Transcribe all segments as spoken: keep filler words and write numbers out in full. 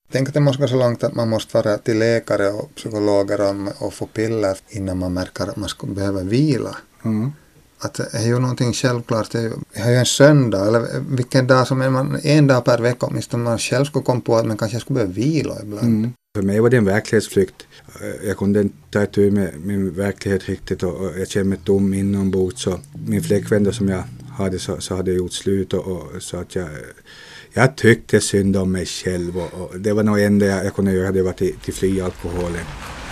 Tänk att det måste gå så långt att man måste vara till läkare och psykologer och, och få piller innan man märker att man skulle behöva vila. Mm. Att det är ju någonting självklart. Det är ju, jag har ju en söndag, eller vilken dag som är man, en dag per vecka, åtminstone man själv skulle komma på att man kanske skulle behöva vila ibland. Mm. För mig var det en verklighetsflykt. Jag kunde inte ta tur med min verklighet riktigt och jag kände mig tom inombords. Så min flickvän då som jag hade så, så hade gjort slut och, och så att jag, jag tyckte synd om mig själv och, och det var nog enda jag, jag kunde göra, det var till, till fly alkoholen.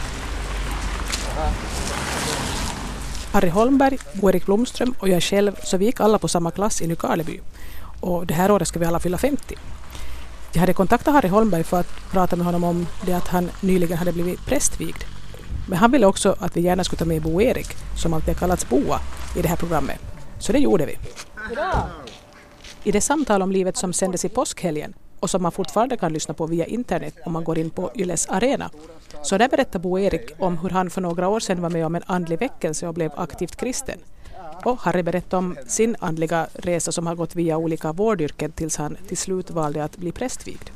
Harry Holmberg, Bo-Erik Blomström och jag själv, så vi gick alla på samma klass i Nykarleby. Och det här året ska vi alla fylla femtio. Jag hade kontaktat Harry Holmberg för att prata med honom om det att han nyligen hade blivit prästvigd. Men han ville också att vi gärna skulle ta med Bo-Erik, som alltid har kallats Boa, i det här programmet. Så det gjorde vi. Bra. I det samtal om livet som sändes i påskhelgen och som man fortfarande kan lyssna på via internet om man går in på Yles Arena, så där berättar Bo-Erik om hur han för några år sedan var med om en andlig väckelse och blev aktivt kristen. Och Harry berättade om sin andliga resa som har gått via olika vårdyrken tills han till slut valde att bli prästvigd.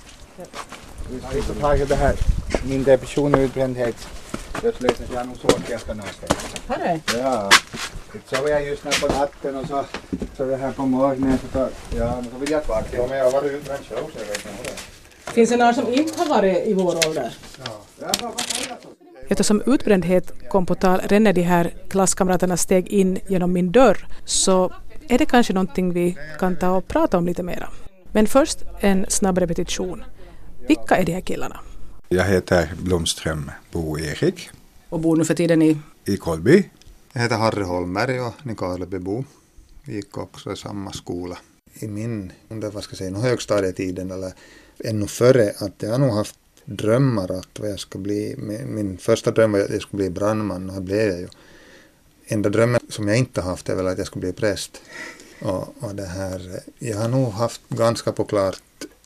Jag ska ta det här, min depression och utbrändhet. Jag skulle läsa jag nog så att jag ska någonstans. Har du? Ja, så var jag just när på natten och så, så det här på morgonen. Så, ja, så vill jag kvar till. Ja, men jag var utbränd själv så jag vet inte det. Finns det någon som inte har varit i vår ålder? Ja. Eftersom utbrändhet kom på tal redan när de här klasskamraterna steg in genom min dörr, så är det kanske någonting vi kan ta och prata om lite mera. Men först en snabb repetition. Vilka är de här killarna? Jag heter Blomström Bo-Erik. Och bor nu för tiden i? I Kolby. Jag heter Harry Holmberg och Nykarleby. Vi gick också i samma skola. I min, under vad ska jag säga, högstadietiden eller ännu före, att jag har nog haft drömmar att vad jag ska bli. Min första dröm var att jag skulle bli brandman och det blev jag ju. Enda drömmen som jag inte har haft är väl att jag skulle bli präst. Och, och det här, jag har nog haft ganska på klart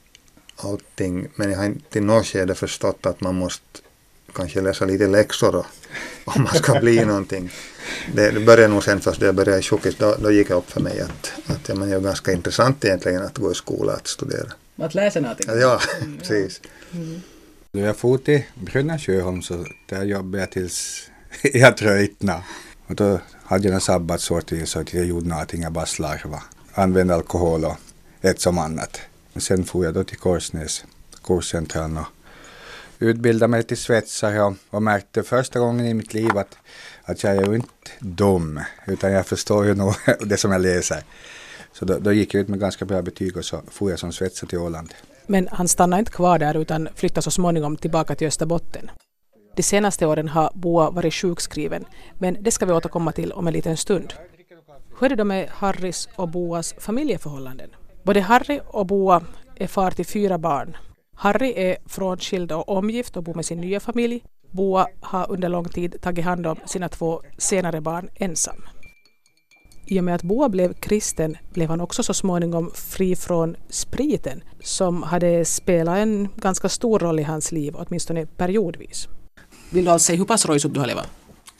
allting, men jag har inte i något skede förstått att man måste kanske läsa lite läxor då, om man ska bli någonting. Det, det började nog sen först när jag började i sjukis, då, då gick jag upp för mig att, att ja, men det är ganska intressant egentligen att gå i skola, att studera. Att läsa någonting? Ja, mm, precis. Mm. Då jag for till Brunna Sjöholm så där jobbade jag tills jag tröjtnade. Och då hade jag en sabbatsår till så att jag gjorde någonting, jag bara slarva. Använde alkohol och ett som annat. Men sen får jag då till Korsnäs, kurscentralen och utbildade mig till svetsare och, och märkte första gången i mitt liv att, att jag är ju inte dum, utan jag förstår ju nog det som jag läser. Så då, då gick jag ut med ganska bra betyg och så får jag som svetsare till Åland. Men han stannade inte kvar där utan flyttade så småningom tillbaka till Österbotten. De senaste åren har Boa varit sjukskriven, men det ska vi återkomma till om en liten stund. Hur är det då med Harrys och Boas familjeförhållanden? Både Harry och Boa är far till fyra barn. Harry är frånskild och omgift och bor med sin nya familj. Boa har under lång tid tagit hand om sina två senare barn ensam. I och med att Boa blev kristen blev han också så småningom fri från spriten som hade spelat en ganska stor roll i hans liv, åtminstone periodvis. Vill du alltså säga hur pass rojsigt du har levat?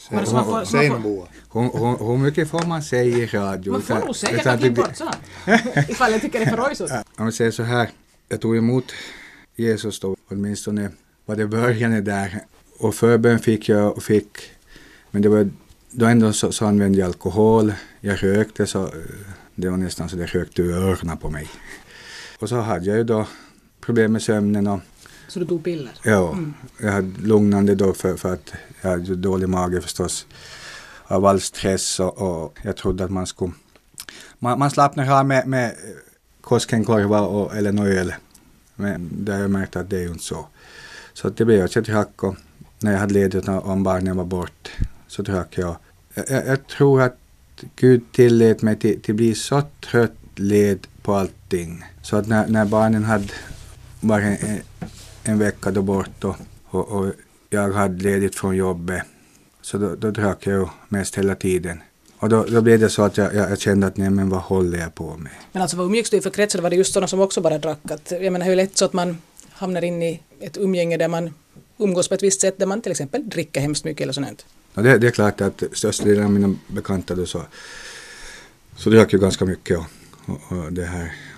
Säg nog Boa. Hur mycket får man säga i radio? Man får nog säga, jag kan inte bort så. Ifall jag tycker det är för rojsigt. Om vi säger så här, jag tog emot Jesus då, åtminstone var det början där. Och förbön fick jag och fick, men det var då ändå så, så använde jag alkohol, jag rökte så, det var nästan så det rökte ur öronen på mig. Och så hade jag ju då problem med sömnen och så du tog piller? Ja, mm. jag hade lugnande då för, för att jag hade dålig mage förstås av all stress och, och jag trodde att man skulle man, man slappnar här med, med Koskenkorva och, eller något öl, men där jag märkte att det är ju inte så. Så det blev jag ett drack och när jag hade ledigt om barnen var bort så drack jag. Jag, jag, jag tror att Gud tillät mig till, till bli så trött led på allting så att när, när barnen hade varit en, en vecka då bort och, och, och jag hade ledigt från jobbet så då, då drack jag ju mest hela tiden. Och då, då blev det så att jag, jag, jag kände att nej men vad håller jag på med? Men alltså vad umgicks du i för kretsar? Var det just sådana som också bara drack? Att, jag menar hur lätt så att man hamnar in i ett umgänge där man umgås på ett visst sätt där man till exempel dricker hemskt mycket eller sånt. Ja, det, det är klart att största delen av mina bekanta då så, så drack jag ganska mycket och, och, och det här.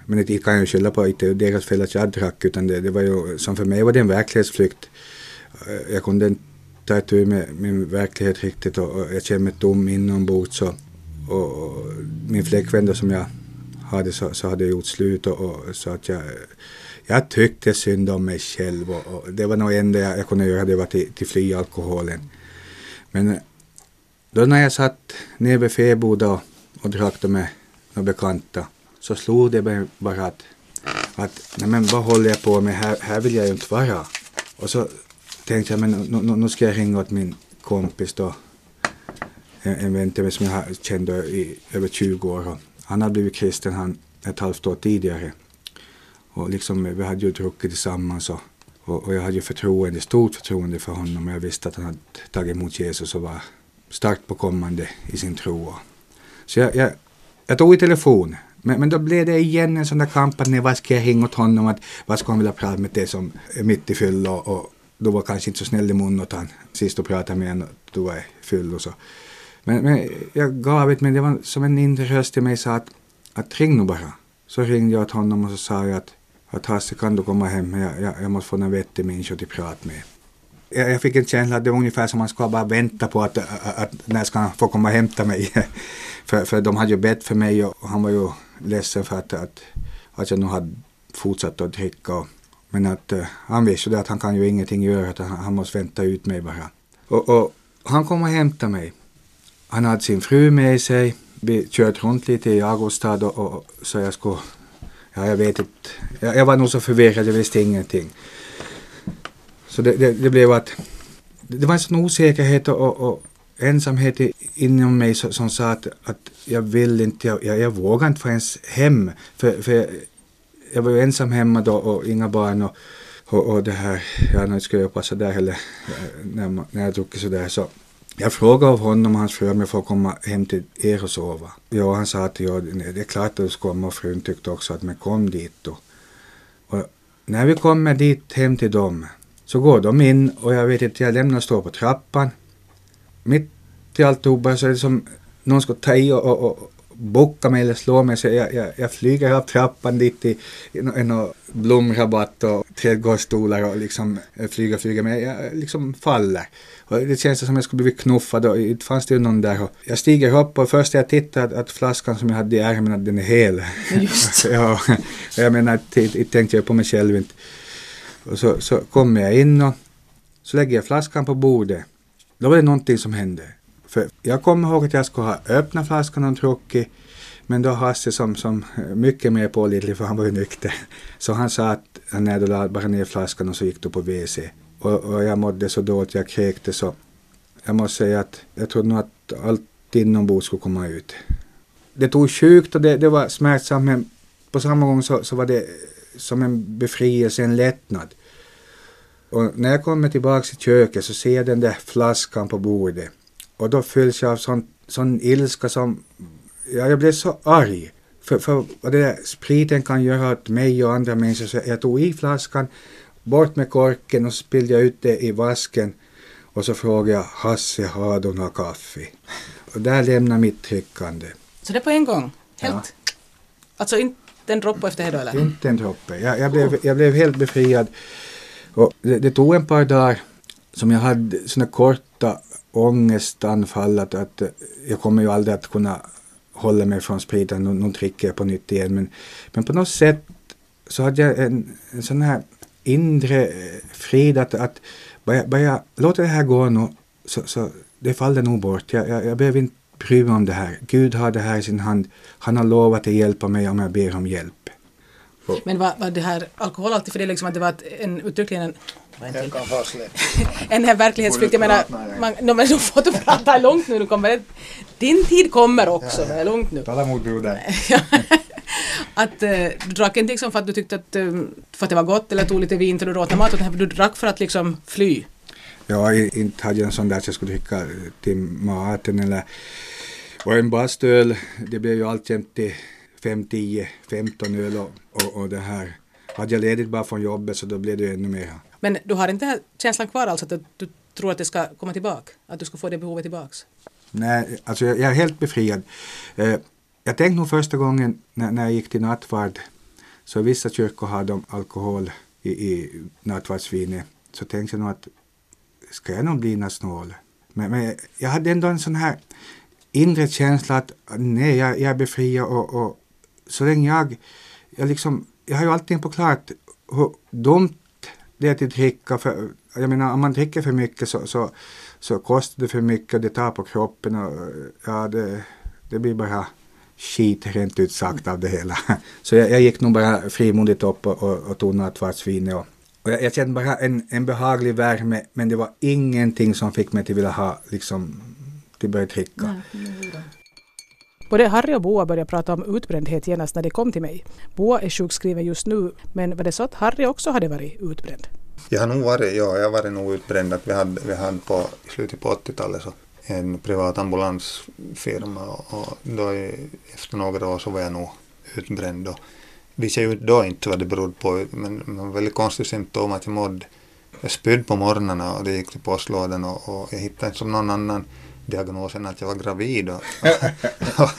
Men det kan jag ju skylla på, inte deras fel att jag drack, utan det, det var ju, som för mig var det en verklighetsflykt. Jag kunde inte ta ett ur med min verklighet riktigt, och, och jag kände mig dum inombords, så, och, och min fläckvän då som jag hade, så, så hade jag gjort slut, och, och så att jag jag tyckte synd om mig själv, och, och det var nog enda jag, jag kunde göra, det var till, till fly alkoholen. Men då när jag satt ner vid Feboda och, och drack med några bekanta, så slog det mig bara att, att nej men vad håller jag på med, här, här vill jag ju inte vara. Och så tänkte jag, men nu, nu ska jag ringa åt min kompis då, en, en vän till mig som jag har känt i över tjugo år. Och han hade blivit kristen han ett halvt år tidigare. Och liksom, vi hade ju druckit tillsammans, och, och, och jag hade ju förtroende, stort förtroende för honom. Och jag visste att han hade tagit emot Jesus och var starkt påkommande i sin tro. Så jag, jag, jag tog i telefon. Men, men då blev det igen en sån där kamp att nej, vad ska jag ringa åt honom, att vad ska han vilja prata med det som är mitt i fyll, och, och då var kanske inte så snäll i mun åt han sist och pratade med en, då var jag full och så. Men, men jag gav det, men det var som en inre röst i mig sa att, att ring nu bara. Så ringde jag åt honom och så sa jag att, att Hasse, kan du komma hem, jag, jag, jag måste få en vettig människa till prat med. Jag, jag fick en känsla att det var ungefär som man ska bara vänta på att, att, att när ska han få komma och hämta mig. för, för de hade ju bett för mig, och han var ju ledsen för att, att, att jag nog hade fortsatt att dricka. Och, men att uh, han visste att han kan ju ingenting göra, att han, han måste vänta ut mig bara. Och, och han kom och hämtade mig. Han hade sin fru med sig. Vi kört runt lite i Agostad, och, och så jag skulle, ja jag vet inte, jag, jag var nog så förvirrad, jag visste ingenting. Så det, det, det blev att, det var en sån osäkerhet och, och, och ensamhet inom mig som, som sa att, att jag vill inte, jag, jag, jag vågar inte få ens hem. För, för jag, jag var ju ensam hemma då och inga barn, och, och, och det här, ja nu ska jag passa där heller när, när jag druckit sådär så. Jag frågade av honom och hans fru om jag får komma hem till er och sova. Ja, han sa att ja, det är klart att du ska komma, och frun tyckte också att man kom dit då. Och när vi kommer dit hem till dem så går de in, och jag vet inte, jag lämnar och står på trappan. Mitt i alltihopa så är det som någon ska ta i och, och, och bocka mig eller slå mig, så jag, jag, jag flyger av trappan dit i en, en blomrabatt och trädgårdsstolar och liksom flyger, flyger, men jag, jag liksom faller. Och det känns som jag skulle bli knuffad, och det fanns det ju någon där. Och jag stiger upp, och först jag tittar att, att flaskan som jag hade i ärmen, att den är hel. Just. Ja, jag menar, det tänkte jag på mig själv inte. Och så, så kommer jag in och så lägger jag flaskan på bordet. Då var det någonting som hände. För jag kommer ihåg att jag skulle ha öppnat flaskan och druckit, men då Hasse som, som mycket mer pålitlig, för han var ju nykter. Så han sa att när du la bara ner flaskan och så gick du på W C. Och, och jag mådde så då att jag kräkte, så jag måste säga att jag trodde nog att allt inombords skulle komma ut. Det tog sjukt och det, det var smärtsamt, men på samma gång så, så var det som en befrielse, en lättnad. Och när jag kommer tillbaka till köket så ser jag den där flaskan på bordet. Och då fylls jag av sån, sån ilska som, ja, jag blev så arg. För, för vad det där spriten kan göra åt mig och andra människor, så jag tog i flaskan, bort med korken och spillde ut det i vasken. Och så frågade jag, Hasse, har du någon kaffe? Och där lämnar mitt tryckande. Så det på en gång? Helt? Ja. Alltså inte en droppe efter det då, eller? Inte en droppe. Jag, jag, blev, jag blev helt befriad. Och det, det tog en par dagar som jag hade såna korta ångestanfall att, att jag kommer ju aldrig att kunna hålla mig från spriten. Nu, nu dricker jag på nytt igen. Men, men på något sätt så hade jag en, en sån här inre frid att, att bara, bara jag låter det här gå nu, så, så det faller nog bort. Jag, jag, jag behöver inte bry mig om det här. Gud har det här i sin hand. Han har lovat att hjälpa mig om jag ber om hjälp. Och, men var, var det här alkohol alltid för det liksom att det var en uttryckligen en en här verklighetsflykt? Jag menar, man, no, men du får du prata långt nu, du kommer, din tid kommer också, det är långt nu. Tala mot broder. Att uh, du drack inte liksom för att du tyckte att, uh, för att det var gott eller tog lite vin till du råtade mat, utan du drack för att liksom fly. Ja, inte hade jag en sån där att jag skulle dricka till maten eller, och en bastöl, det blev ju alltjämt till fem, tio, femton öl och, och, och det här. Hade jag ledigt bara från jobbet så då blev det ännu mer. Men du har inte här känslan kvar alltså att du tror att det ska komma tillbaka? Att du ska få det behovet tillbaks? Nej, alltså jag, jag är helt befriad. Eh, jag tänkte nog första gången när, när jag gick till nattvard så vissa kyrkor har de alkohol i, i nattvardsvinet. Så tänkte jag nog att ska jag nog bli något snål? Men, men jag hade ändå en sån här inre känsla att nej, jag, jag är befriad och, och så länge jag, jag liksom, jag har ju alltid på klart hur dumt det är att dricka. För, jag menar, om man dricker för mycket så, så, så kostar det för mycket och det tar på kroppen och ja, det, det blir bara skit rent ut sagt av det hela. Så jag, jag gick nog bara frimodigt upp och, och, och tog nattvardsvinet och Och jag, jag kände bara en, en behaglig värme, men det var ingenting som fick mig till att vilja ha, liksom, till börja dricka. Både Harry och Boa började prata om utbrändhet genast när det kom till mig. Boa är sjukskriven just nu, men var det så att Harry också hade varit utbränd? Jag har nog varit, ja, jag har varit nog utbränd. Att vi hade, vi hade på slutet på åttiotalet så en privat ambulansfirma och, och då efter några år så var jag nog utbränd och visste ju då inte vad det berodde på, men det var väldigt konstigt symptom att jag mådde. Jag spydde på morgnarna och det gick till postlådan och, och jag hittade inte som någon annan diagnos än att jag var gravid. Och, och,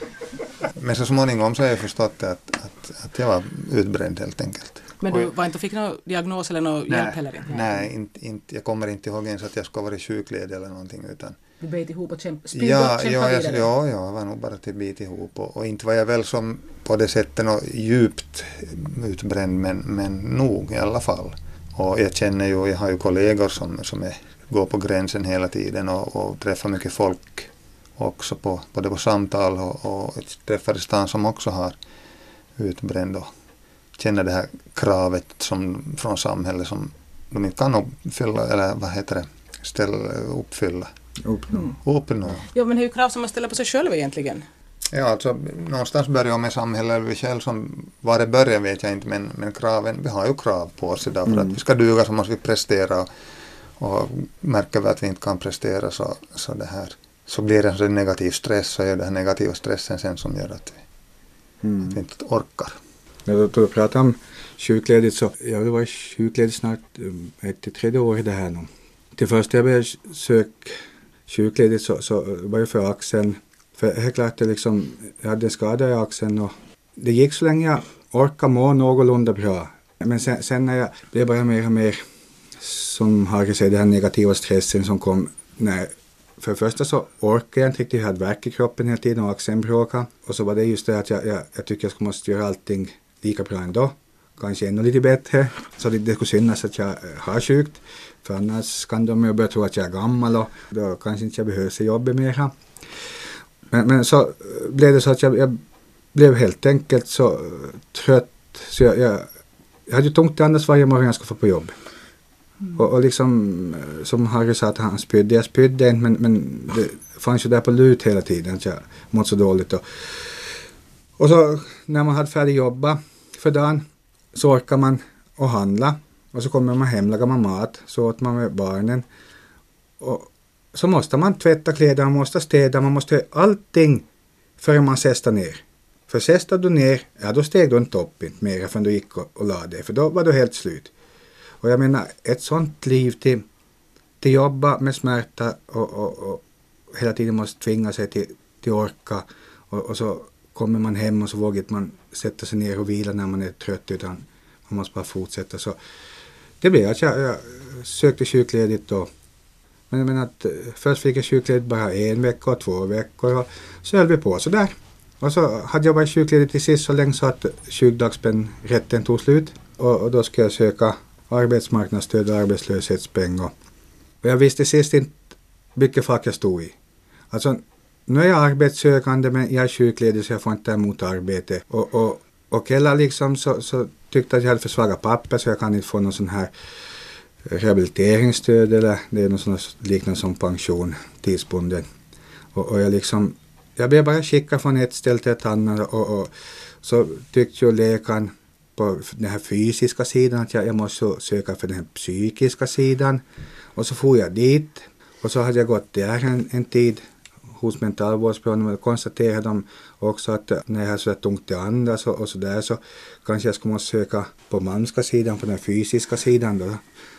men så småningom så har jag förstått att, att, att jag var utbränd helt enkelt. Men du var inte fick någon diagnos eller någon nej, hjälp heller? Inte? Nej, inte, inte, jag kommer inte ihåg ens att jag skulle vara sjukledig eller någonting utan du bet ihop och kämpa, ja, ja, jag, ja, jag var nog bara till bit ihop och, och inte var jag väl som på det sättet något djupt utbränd men, men nog i alla fall. Och jag känner ju, jag har ju kollegor som, som är, går på gränsen hela tiden och, och träffar mycket folk också på, både på samtal och, och träffar stan som också har utbränd och känner det här kravet som, från samhället som de inte kan uppfylla eller vad heter det, ställa, uppfylla. Uppnå. Uppnå. Ja, men det är ju krav som man ställer på sig själv egentligen. Ja, alltså någonstans börjar med samhället vi själv som var det börjar vet jag inte men, men kraven, vi har ju krav på oss idag för mm. att vi ska duga så måste vi prestera och, och märker vi att vi inte kan prestera så, så det här så blir det en negativ stress och är det här negativa stressen sen som gör att vi, mm. att vi inte orkar. När du pratar om sjukledigt så jag har varit sjukledig snart ett till tredje år i det här nu. Till först jag började söka sjukledigt så, så var det för axeln. För helt klart det liksom, jag hade en skada i axeln och det gick så länge jag orkade må någorlunda bra. Men sen, sen när jag blev bara mer och mer som Harry säger, den här negativa stressen som kom när för det första så orkade jag inte riktigt, jag hade värk i kroppen hela tiden och axeln bråkade. Och så var det just det att jag, jag, jag tycker jag måste göra allting lika bra ändå. Kanske ännu lite bättre. Så det, det skulle synas att jag har sjukt. För annars kan de ju börja tro att jag är gammal och då kanske inte jag behöver se jobbet mer. Men, men så blev det så att jag, jag blev helt enkelt så trött. Så jag, jag, jag hade ju tungt annars varje morgon jag skulle få på jobb. Mm. Och, och liksom som Harry sa att han spydde. Jag spydde inte men, men det fanns ju där på lut hela tiden att jag mådde så dåligt. Och, och så när man hade färdig jobba för dagen så orkar man och handla. Och så kommer man hem, lagar man mat, så åt man med barnen. Och så måste man tvätta kläder, man måste städa, man måste göra allting förrän man sästar ner. För sästar du ner, ja då steg du inte upp inte mer förrän du gick och, och la dig. För då var du helt slut. Och jag menar, ett sånt liv till, till jobba med smärta och, och, och hela tiden måste tvinga sig till, till orka. Och, och så kommer man hem och så vågar man sätta sig ner och vila när man är trött utan man måste bara fortsätta. Så det blev att jag, jag sökte sjukledigt då. Men, men att först fick jag sjukledigt bara en vecka och två veckor och så höll vi på så där. Och så hade jag varit sjukledigt till sist så länge så att sjukdagspenrätten tog slut. Och, och då ska jag söka arbetsmarknadsstöd och arbetslöshetspengar. Och jag visste sist inte vilket fack jag stod i. Alltså nu är jag arbetssökande men jag är sjukledig så jag får inte ta emot arbete. Och, och, och eller liksom så, så tyckte att jag hade för svaga papper så jag kan inte få någon sån här rehabiliteringsstöd eller det är något sånt liknande som pension tidsbunden. Och, och jag liksom, jag blev bara skickad från ett ställe till ett annat och, och så tyckte ju läkaren på den här fysiska sidan att jag, jag måste söka för den här psykiska sidan. Och så får jag dit och så hade jag gått där en, en tid hos mentalvårdsbyrån och konstaterade de också att när jag har så tungt i andas och, och så där så kanske jag skulle måste söka på manska sidan, på den fysiska sidan då.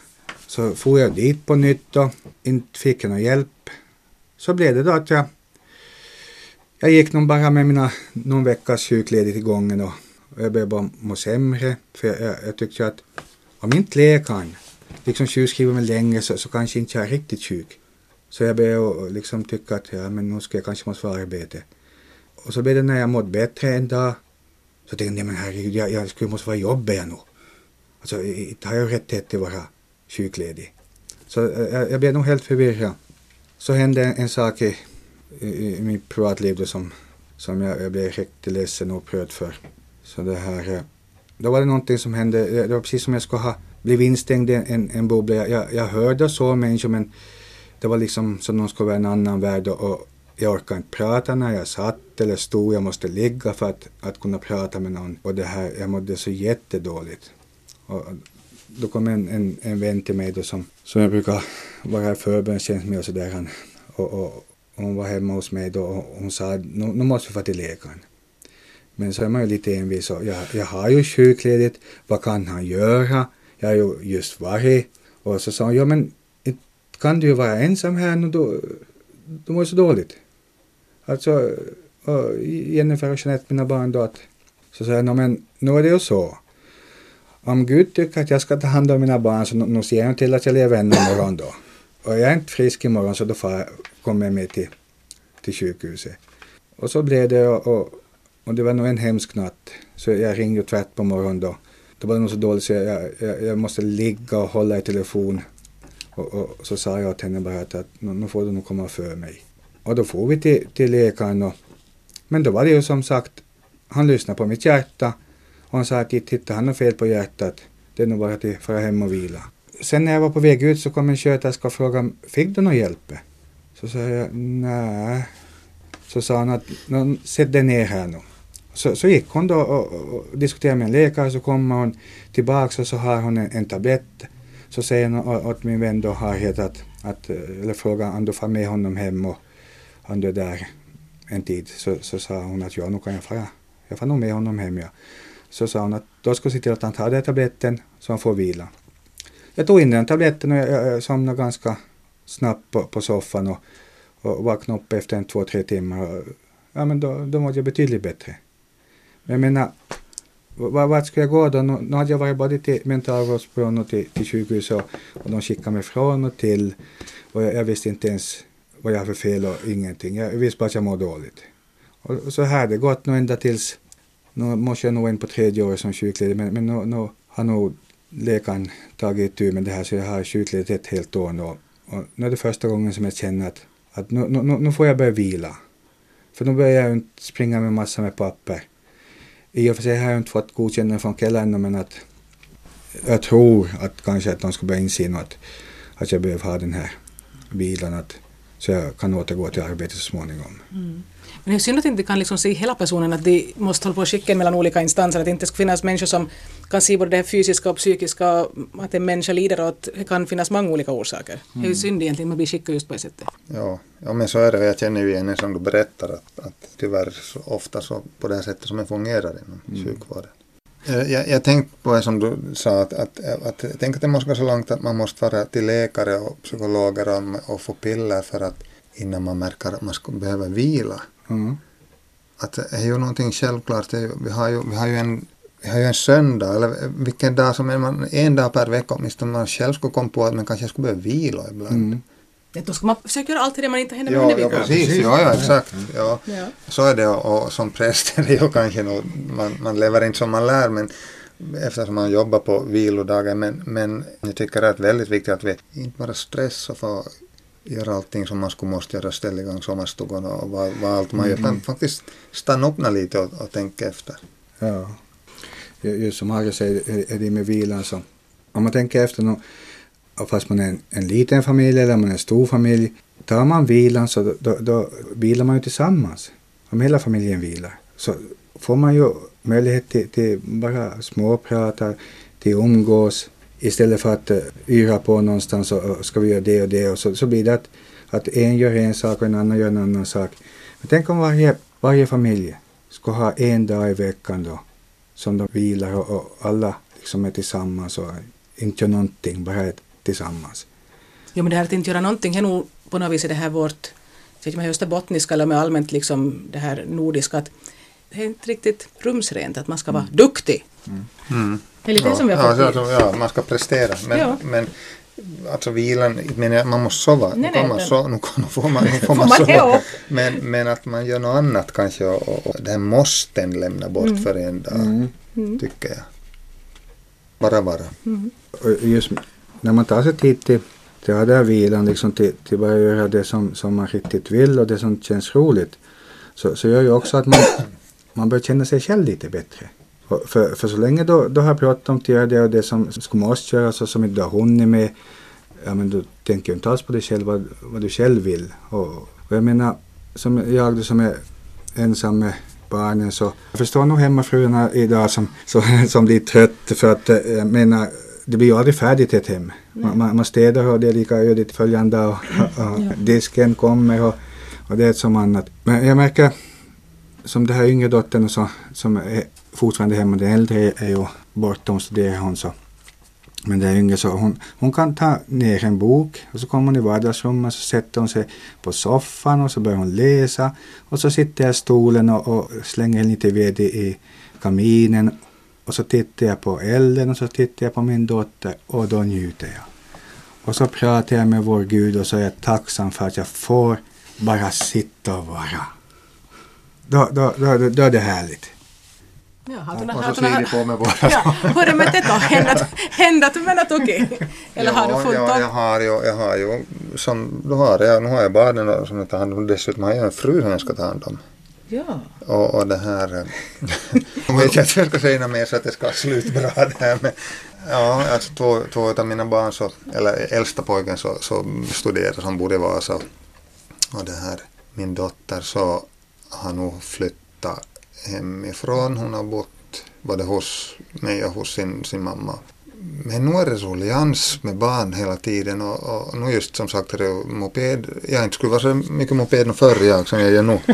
Så får jag dit på nytt och inte fick jag någon hjälp. Så blev det då att jag jag gick nog bara med mina någon veckas sjukledigt i gången och, Och jag började bara må sämre. För jag, jag, jag tyckte att om inte läkaren liksom sjukskriver mig länge så, så kanske inte jag är riktigt sjuk. Så jag började liksom tycka att ja, men nu ska jag kanske måste vara arbete. Och så blev det när jag mådde bättre en dag. Så tänkte jag, men herregud, jag, jag skulle måste vara jobbig nu. Alltså, inte har jag rätt till att vara sjukledig. Så jag, jag blev nog helt förvirrad. Så hände en, en sak i, i, i mitt privatliv då som, som jag, jag blev riktigt ledsen och upprörd för. Så det här, då var det någonting som hände, det var precis som jag skulle ha blivit instängd i en, en bubbla. Jag, jag hörde så människor, men det var liksom som någon skulle vara en annan värld och jag orkade inte prata när jag satt eller stod. Jag måste ligga för att, att kunna prata med någon. Och det här, jag mådde så jättedåligt. Och då kom en, en, en vän till mig då som, som jag brukar vara i förbönstjänst med och sådär. Och, och, och hon var hemma hos mig då och hon sa, nu, nu måste vi få till läkaren. Men så är man ju lite envis och jag, jag har ju sjukledigt. Vad kan han göra? Jag har ju just varit. Och så sa hon, ja men kan du ju vara ensam här nu då, då mår det så dåligt. Alltså, Jennifer och Jeanette, mina barn då, att, så säger jag, men nu är det ju så. Om Gud tycker att jag ska ta hand om mina barn så nu ser jag till att jag lever en morgon då. Och jag är inte frisk imorgon så då får jag komma med till, till sjukhuset. Och så blev det och, och, och det var nog en hemsk natt. Så jag ringde tvärt på morgonen då. Då var det nog så dåligt så jag, jag, jag måste ligga och hålla i telefon. Och, och så sa jag till henne bara att, att nu får du nog komma för mig. Och då får vi till, till läkaren. Och, men då var det ju som sagt, han lyssnade på mitt hjärta. Och han sa att titta, han har fel på hjärtat. Det är nog bara att fara hem och vila. Sen när jag var på väg ut så kom en sköterska och frågade, fick du någon hjälp? Så sa jag, nej. Så sa han att, sätt dig ner här nu. Så, så gick hon då och, och diskuterade med en läkare. Så kommer hon tillbaka och så har hon en, en tablett. Så säger hon åt min vän då har hetat att, eller frågar om du får med honom hem och han är där en tid. Så, så sa hon att ja, nu kan jag fara. Jag får nog med honom hem, ja. Så sa hon att då ska se till att han tar den tabletten så han får vila. Jag tog in den tabletten och jag, jag somnade ganska snabbt på, på soffan och, och vaknade upp efter en två, tre timmar. Och, ja, men då, då mådde jag betydligt bättre. Men jag menar, vart ska jag gå då? Nu, nu hade jag varit både till mentalvårdsbyrån och till, till sjukhus och, och de skickade mig från och till. Och jag, jag visste inte ens vad jag hade för fel och ingenting. Jag visste bara att jag mår dåligt. Och, och så här det gått nu ända tills, nu måste jag nog in på tredje år som sjukledig. Men, men nu, nu har nog läkaren tagit tur med det här så jag har sjukledigt ett helt år nu. Och nu är det första gången som jag känner att, att nu, nu, nu får jag börja vila. För nu börjar jag inte springa med massa med papper. I och för sig har jag inte fått godkännande från Kella ännu, men att jag tror att kanske att de ska börja inse att, att jag behöver ha den här vilan att, så jag kan återgå till arbete så småningom. Mm. Men det är synd att inte kan liksom se hela personen, att de måste hålla på att skicka mellan olika instanser, att det inte ska finnas människor som kan se både det fysiska och psykiska, att en människa lider och att det kan finnas många olika orsaker. Mm. Det är ju synd egentligen att man blir skickad just på det sättet. Ja, ja, men så är det. Jag känner ju igen som du berättar att, att tyvärr så ofta så på det här sättet som det fungerar inom mm. sjukvården. Jag, jag tänkte på det som du sa, att, att, att, att jag tänkte att det måste gå så långt att man måste vara till läkare och psykologer och, och få piller för att innan man märker att man skulle behöva vila. Mm. Att det är ju någonting självklart. Det är ju, vi, har ju, vi, har ju en, vi har ju en söndag, eller vilken dag som är man, en dag per vecka åtminstone man själv skulle komma på att man kanske skulle behöva vila ibland. Mm. Då ska man försöka göra allt det man inte händer med ja, ja, precis. Ja, ja, exakt. Ja. Ja. Så är det och, och som präst är det ju kanske nog, man, man lever inte som man lär, men eftersom man jobbar på vilodagar, men, men jag tycker det är väldigt viktigt att vi inte bara stressar för göra allting som man skulle måste göra, ställa igång sommarstugan och vad, vad allt man gör. Mm. Faktiskt stanna upp lite och, och tänka efter. Ja, just som Harry säger är det med vilan så. Om man tänker efter nu, fast man är en, en liten familj eller man är en stor familj, tar man vilan så då, då, då vilar man ju tillsammans. Om hela familjen vilar så får man ju möjlighet till, till bara småprata, till umgås. Istället för att uh, yra på någonstans och, och ska vi göra det och det. Och så, så blir det att, att en gör en sak och en annan gör en annan sak. Men tänk om varje, varje familj ska ha en dag i veckan då. Som de vilar och, och alla liksom är tillsammans och inte gör någonting, bara är tillsammans. Jo, men det här att inte göra någonting är nog på något vis det här vårt, säger man just det bottniska eller med allmänt liksom det här nordiska, att det är inte riktigt rumsrent att man ska vara duktig. Mm. Mm. Det är lite ja. som jag ja, får alltså, ja, man ska prestera. Men, ja. men alltså vilan, men man måste sova. Nej, nu kan nej, man men... sova, nu kan, får man, nu får man, man sova. Men, men att man gör något annat kanske och, och, och den måste den lämna bort mm. för en dag, mm. tycker jag. Bara vara. Mm. Och just när man tar sig tid till, till den där vilan, liksom till, till bara göra det som, som man riktigt vill och det som känns roligt, så, så gör ju också att man, man bör känna sig själv lite bättre. För, för så länge då, då har bråttom till att göra det och det som ska måste göras och som inte har hunnit med, ja, men du tänker ju inte alls på dig själv vad, vad du själv vill. Och, och jag menar, som jag som är ensam med barnen, så jag förstår nog hemmafruarna idag som, som, som blir trött för att jag menar, det blir ju aldrig färdigt ett hem. Man, man, man städar och det är lika ödigt följande och, och, och disken kommer och, och det är som annat. Men jag märker som det här yngre dottern så, som är fortfarande hemma, den äldre är ju borta, hon studerar hon så. Men det är yngre så hon, hon kan ta ner en bok och så kommer hon i vardagsrummet och så sätter hon sig på soffan och så börjar hon läsa och så sitter jag i stolen och, och slänger lite ved i, i kaminen och så tittar jag på elden och så tittar jag på min dotter och då njuter jag. Och så pratar jag med vår Gud och så är jag tacksam för att jag får bara sitta och vara. Då, då, då, då, då är det härligt. Ja, har du, och har så du, ser har, de på med båda. Ja, hur är med detta? Hända att du menar okej? Okay. Eller ja, har du fullt ja, jag har ju, jag har ju som du har, jag, nu har jag barnen som jag tar hand om, dessutom har jag en fru som jag ska ta hand om. Ja. Och, och det här, jag vet inte att jag ska säga något mer så att det ska sluta bra det här, men ja, alltså två, två av mina barn, så, eller äldsta pojken så, så studerar som bor i Vasa och det här, min dotter så har nog flyttat hemifrån. Hon har bott både hos mig och hos sin, sin mamma. Men nu är det ruljans med barn hela tiden och, och nu just som sagt är det moped. Jag inte skulle vara så mycket moped förr jag som jag gör nu.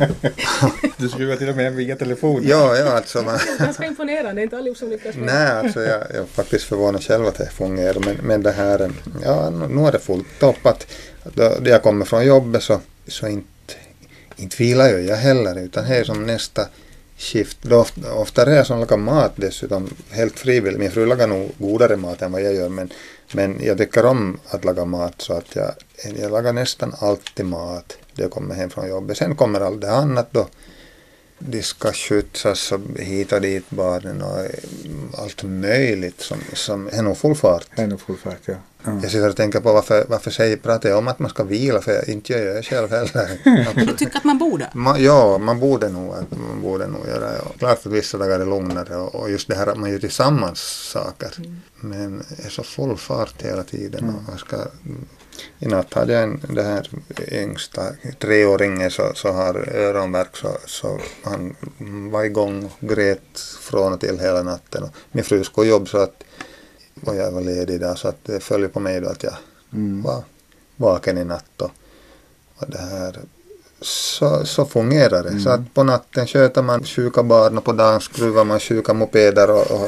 Du skruvar till och med via telefon. Ja, ja alltså. Man... Ganska imponerande, det är inte allihop som lyckas med. Nej, alltså jag, jag är faktiskt förvånad själv att det fungerar. Men, men det här, ja nu är det fullt upp att då jag kommer från jobbet så, så inte Inte vilar ju jag heller, utan det är som nästa skift. Ofta, ofta är jag som lagar mat dessutom helt frivilligt. Min fru lagar nog godare mat än vad jag gör, men, men jag tycker om att laga mat så att jag, jag lagar nästan alltid mat när jag kommer hem från jobbet. Sen kommer allt det annat då. De ska skjutsas och hit och dit barnen och allt möjligt som, som är nog full fart. Är nog full fart, ja. Mm. Jag sitter och tänker på varför, varför säger, pratar jag om att man ska vila, för jag inte gör jag själv heller. Men du tycker att man borde? Man, ja, man borde nog, man borde nog göra. Ja. Klart att vissa dagar är lugnare och, och just det här att man gör tillsammans saker. Mm. Men är så full fart hela tiden. Mm. Och jag ska, i natt hade jag en, det här yngsta treåringen så, så har öronvärk så, så han var igång och grät från och till hela natten. Och min fru skulle jobba så att och jag var ledig där så att det följde på mig då att jag mm. var vaken i natt och, och det här så, så fungerar det. Mm. Så att på natten sköter man sjuka barn och på dagen skruvar man sjuka mopeder och, och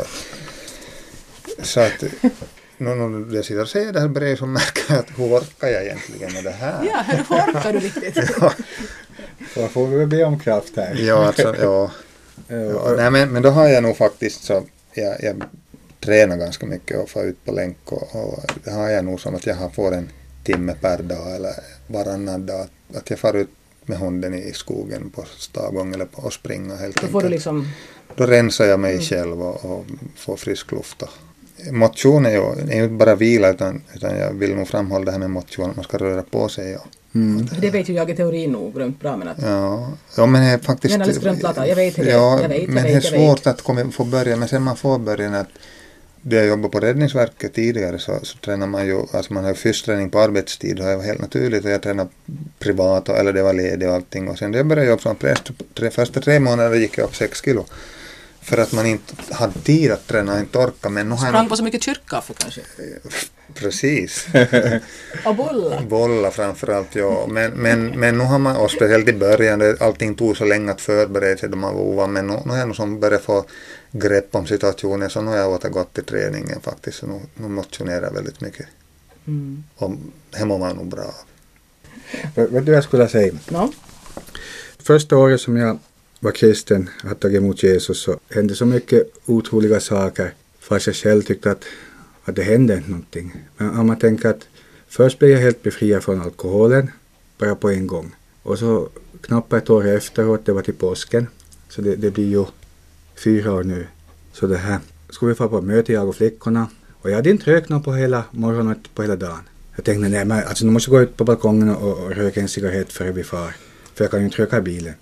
så att nu, nu jag sitter och ser det här brev som märker att hur orkar jag egentligen med det här? Ja, hur orkar du riktigt? Ja. Så får vi be om kraft här. Ja, alltså, ja. ja nej, men, men då har jag nog faktiskt så jag, jag tränar ganska mycket och får ut på länk och, och det har jag nog som att jag har får en timme per dag eller varannan dag att jag får ut med hunden i skogen på stavgång eller på och springa helt enkelt. Då får du liksom... Då rensar jag mig mm. själv och, och får frisk luft. Motion är ju, är ju inte bara vila utan, utan jag vill nog framhålla det här med motion att man ska röra på sig. Och, mm. och det, det vet ju jag i teorin nog grönt bra men att... Ja, ja men det är faktiskt... Men alldeles grönt lata, jag vet det. Ja, jag vet, men jag det är vet, svårt att komma, få börja men sen man får börja att då jag jobbade på Räddningsverket tidigare så, så tränar man ju, alltså man har ju fysträning på arbetstid och det var helt naturligt och jag tränade privat och, eller det var ledig och allting och sen när jag började jobba som präst, tre, första tre månader gick jag upp sex kilo för att man inte hade tid att träna, inte orka. Men nu sprang på så mycket kyrkkaffe kanske? Precis. Och bolla? Bolla framförallt, ja. Men, men, men nu har man, och speciellt i början, allting tog så länge att förbereda sig då man var ovan, men nu, nu har jag nog som börjat få grepp om situationen så nu har jag återgått till träningen faktiskt så nu, nu motionerar jag väldigt mycket. Mm. Och det mår man nog bra. Vad du jag skulle säga? No. Första året som jag var kristen, hade tagit emot Jesus, så hände så mycket otroliga saker. Fast jag själv tyckte att, att det hände någonting. Men om man tänker att först blev jag helt befriad från alkoholen, bara på en gång. Och så knappt ett år efteråt, det var till påsken. Så det, det blir ju fyra år nu. Så det här skulle vi få på möte, jag och flickorna. Och jag hade inte rökt någon på hela morgonen och på hela dagen. Jag tänkte, nej men alltså nu måste jag gå ut på balkongen och, och röka en cigarett före vi far. För jag kan ju inte röka i bilen.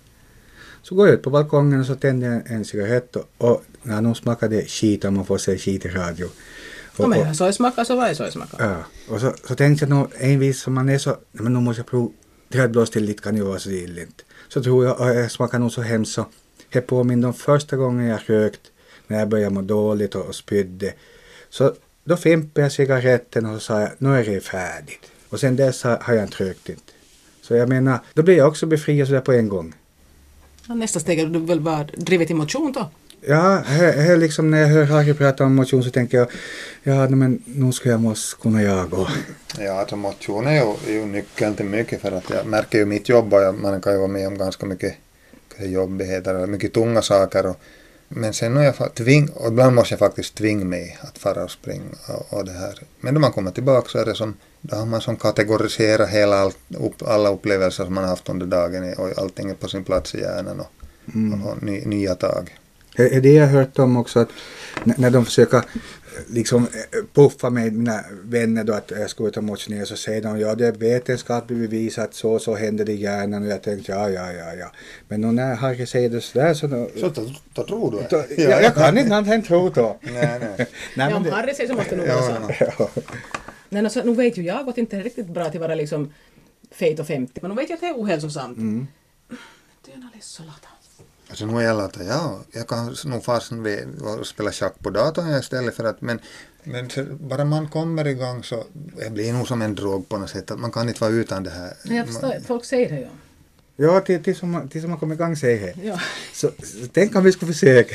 Så går jag ut på balkongen och så tände jag en, en cigarett. Och, och när någon smakade skit, om man får säga skit i radio. Och, men och, så smakar så var det så smakar. Ja, och så, så tänkte jag nog envis som man är så, nej men nu måste jag prova, trädblås till lite kan ju vara så illigt. Så tror jag, och jag smakar nog så hemskt så. Jag påminner om första gången jag rökt, när jag började må dåligt och, och spydde. Så då fimpade jag cigaretten och så sa jag, nu är det färdigt. Och sen dess har, har jag inte rökt inte. Så jag menar, då blir jag också befriad sådär på en gång. Ja, nästa steg är du väl bara drivit i motion då? Ja, här, här liksom när jag hör Harry prata om motion så tänker jag, ja men nu ska jag måste kunna jaga. Ja, alltså motion är ju, är ju nyckeln till mycket, för att jag märker ju mitt jobb och jag, man kan ju vara med om ganska mycket jobbigheter eller mycket tunga saker. Och, men sen har jag tving, och ibland måste jag faktiskt tvinga mig att fara och springa och, och det här. Men då man kommer tillbaka så är det som, då har man som kategoriserat hela all, upp, alla upplevelser som man har haft under dagen och allting är på sin plats i hjärnan och, mm. och, och ny, nya tag. Är det jag har hört om också, att när de försöker liksom puffa med mina vänner då att jag ska ut och motionera, så säger de, ja det är vetenskapligt bevisat att så så händer det i hjärnan, och jag tänkte ja ja ja ja. Men när Harry säger det sådär så då, så då, då tror du då, ja, jag, jag kan inte annat än tro då. Nej, nej. nej ja, om det, Harry säger så måste det nog vara sant. Ja. Nej, alltså, nu vet ju jag att det inte är riktigt bra till att vara liksom fet och femtio, men nu vet jag att det är ohälsosamt. Mm. Det är en alldeles så lata. Alltså nu är jag lata, ja, jag kan nog fastna och spela schack på datorn istället för att, men, men bara man kommer igång så det blir nog som en drog på något sätt, att man kan inte vara utan det här. Jag förstår, folk säger det ju. Ja, till, till, som, till som man kommer igång säger det. Ja. Så, så tänk om vi skulle försöka.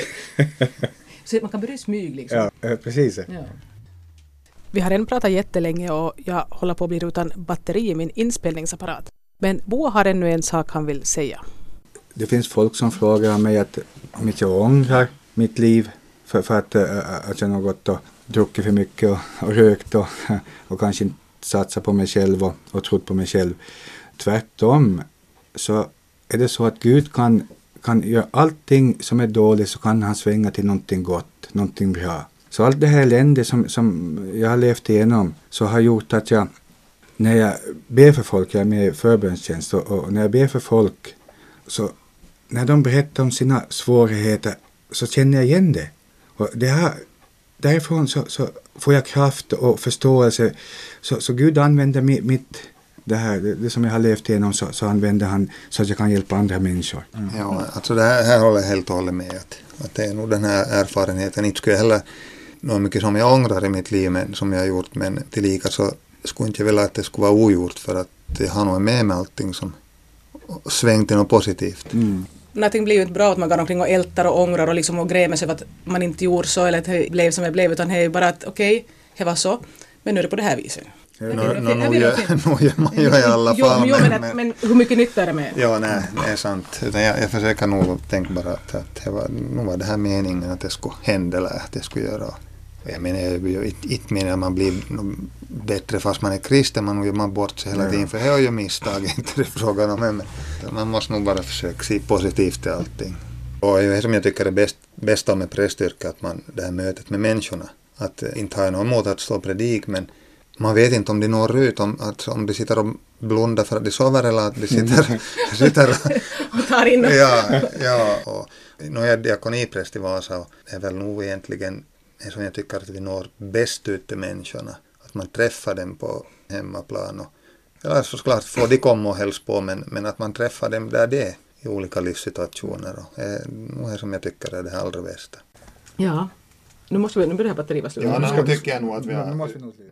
Så man kan börja smyg liksom. Ja, precis. Ja. Vi har redan pratat jättelänge och jag håller på att bli utan batteri i min inspelningsapparat. Men Bo har ännu en sak han vill säga. Det finns folk som frågar mig att om jag ångrar mitt liv för, för att, äh, att jag har gått och druckit för mycket och, och rökt och, och kanske inte satsat på mig själv och, och trott på mig själv. Tvärtom så är det så att Gud kan, kan göra allting som är dåligt, så kan han svänga till någonting gott, någonting bra. Så allt det här elände som, som jag har levt igenom så har gjort att jag, när jag ber för folk, jag är med i förbönstjänst, och, och när jag ber för folk, så när de berättar om sina svårigheter så känner jag igen det. Och det här, därifrån så, så får jag kraft och förståelse. Så, så Gud använder mitt, mitt det här, det, det som jag har levt igenom, så, så använder han så att jag kan hjälpa andra människor. Mm. Ja, alltså det här, här håller jag helt och hållet med. Att, att det är nog den här erfarenheten. Inte skulle jag heller något mycket som jag ångrar i mitt liv, men, som jag har gjort, men tillika så skulle inte jag vilja att det skulle vara ogjort, för att jag har nog med mig allting som svängt till något positivt. Mm. Någonting blir ju inte bra att man går omkring och ältar och ångrar och liksom och grämer sig för att man inte gjorde så eller att det blev som det blev, utan det är bara att okej, okay, det var så, men nu är det på det här viset. Nu gör man ju i alla fall. Jo, men, men, men, men hur mycket nytta är det med? Ja, nej, det är sant. Jag, jag försöker nog tänka bara att, att det var, nu var det här meningen att det skulle hända eller att det skulle göra. Jag menar, jag inte menar att man blir bättre fast man är kristen, man gör man bort sig hela tiden, ja. För det är ju misstag, inte det frågan om, men man måste nog bara försöka se positivt till allting. Och det som jag tycker är bäst, bäst med prästyrket, att man, det här mötet med människorna, att inte ha något emot att stå och predik, men man vet inte om de når ut, om, att, om de sitter och blundar för att de sover eller att de sitter, sitter och tar in. Ja, ja, och nu är jag diakonipräst i Vasa, och det är väl nog egentligen det som jag tycker att vi når bäst ut till människorna. Att man träffar dem på hemmaplan. Och, eller såklart får de komma och hälsa på, men, men att man träffar dem där det är i olika livssituationer. Och det är nog det som jag tycker är det allra bästa. Ja, nu måste vi, nu börjar batteriet vara slut. Ja, nu tycker jag nog att vi har...